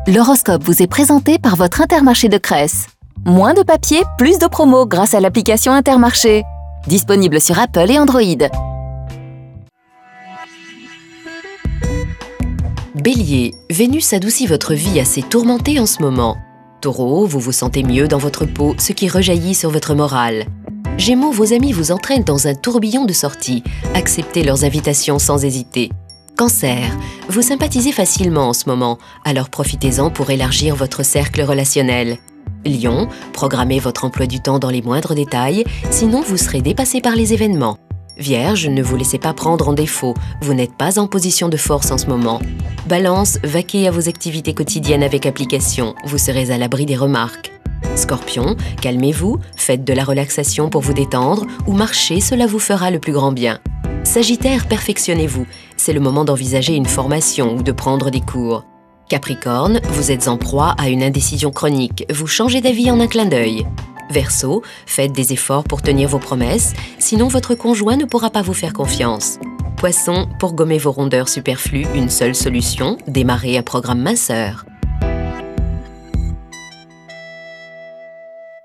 L'horoscope vous est présenté par votre Intermarché de Cresse. Moins de papier, plus de promos grâce à l'application Intermarché. Disponible sur Apple et Android. Bélier, Vénus adoucit votre vie assez tourmentée en ce moment. Taureau, vous vous sentez mieux dans votre peau, ce qui rejaillit sur votre morale. Gémeaux, vos amis vous entraînent dans un tourbillon de sorties. Acceptez leurs invitations sans hésiter. Cancer, vous sympathisez facilement en ce moment, alors profitez-en pour élargir votre cercle relationnel. Lion, programmez votre emploi du temps dans les moindres détails, sinon vous serez dépassé par les événements. Vierge, ne vous laissez pas prendre en défaut, vous n'êtes pas en position de force en ce moment. Balance, vaquez à vos activités quotidiennes avec application, vous serez à l'abri des remarques. Scorpion, calmez-vous, faites de la relaxation pour vous détendre ou marchez, cela vous fera le plus grand bien. Sagittaire, perfectionnez-vous, c'est le moment d'envisager une formation ou de prendre des cours. Capricorne, vous êtes en proie à une indécision chronique, vous changez d'avis en un clin d'œil. Verseau, faites des efforts pour tenir vos promesses, sinon votre conjoint ne pourra pas vous faire confiance. Poisson, pour gommer vos rondeurs superflues, une seule solution, démarrez un programme minceur.